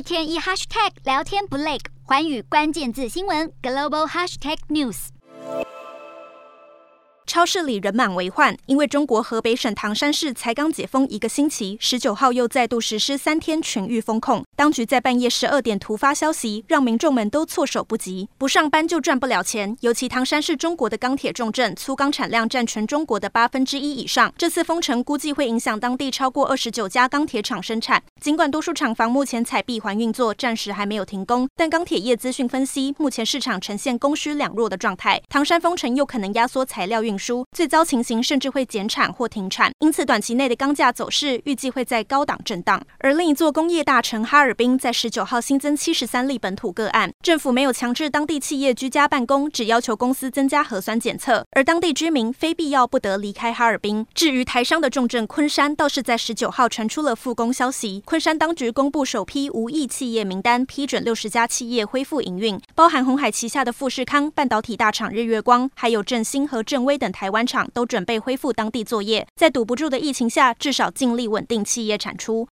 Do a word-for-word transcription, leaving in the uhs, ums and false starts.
天一 hashtag 聊天不累，寰宇关键字新闻 global hashtag news。 超市里人满为患，因为中国河北省唐山市才刚解封一个星期，十九号又再度实施三天全域封控。当局在半夜十二点突发消息，让民众们都措手不及。不上班就赚不了钱，尤其唐山是中国的钢铁重镇，粗钢产量占全中国的八分之一以上。这次封城估计会影响当地超过二十九家钢铁厂生产。尽管多数厂房目前采闭环运作，暂时还没有停工，但钢铁业资讯分析，目前市场呈现供需两弱的状态。唐山封城又可能压缩材料运输，最糟情形甚至会减产或停产，因此短期内的钢价走势预计会在高档震荡。而另一座工业大城哈尔滨在十九号新增七十三例本土个案，政府没有强制当地企业居家办公，只要求公司增加核酸检测，而当地居民非必要不得离开哈尔滨。至于台商的重镇昆山，倒是在十九号传出了复工消息，昆山当局公布首批无疫企业名单，批准六十家企业恢复营运，包含鸿海旗下的富士康、半导体大厂日月光，还有振兴和振威等台湾厂都准备恢复当地作业，在堵不住的疫情下，至少尽力稳定企业产出。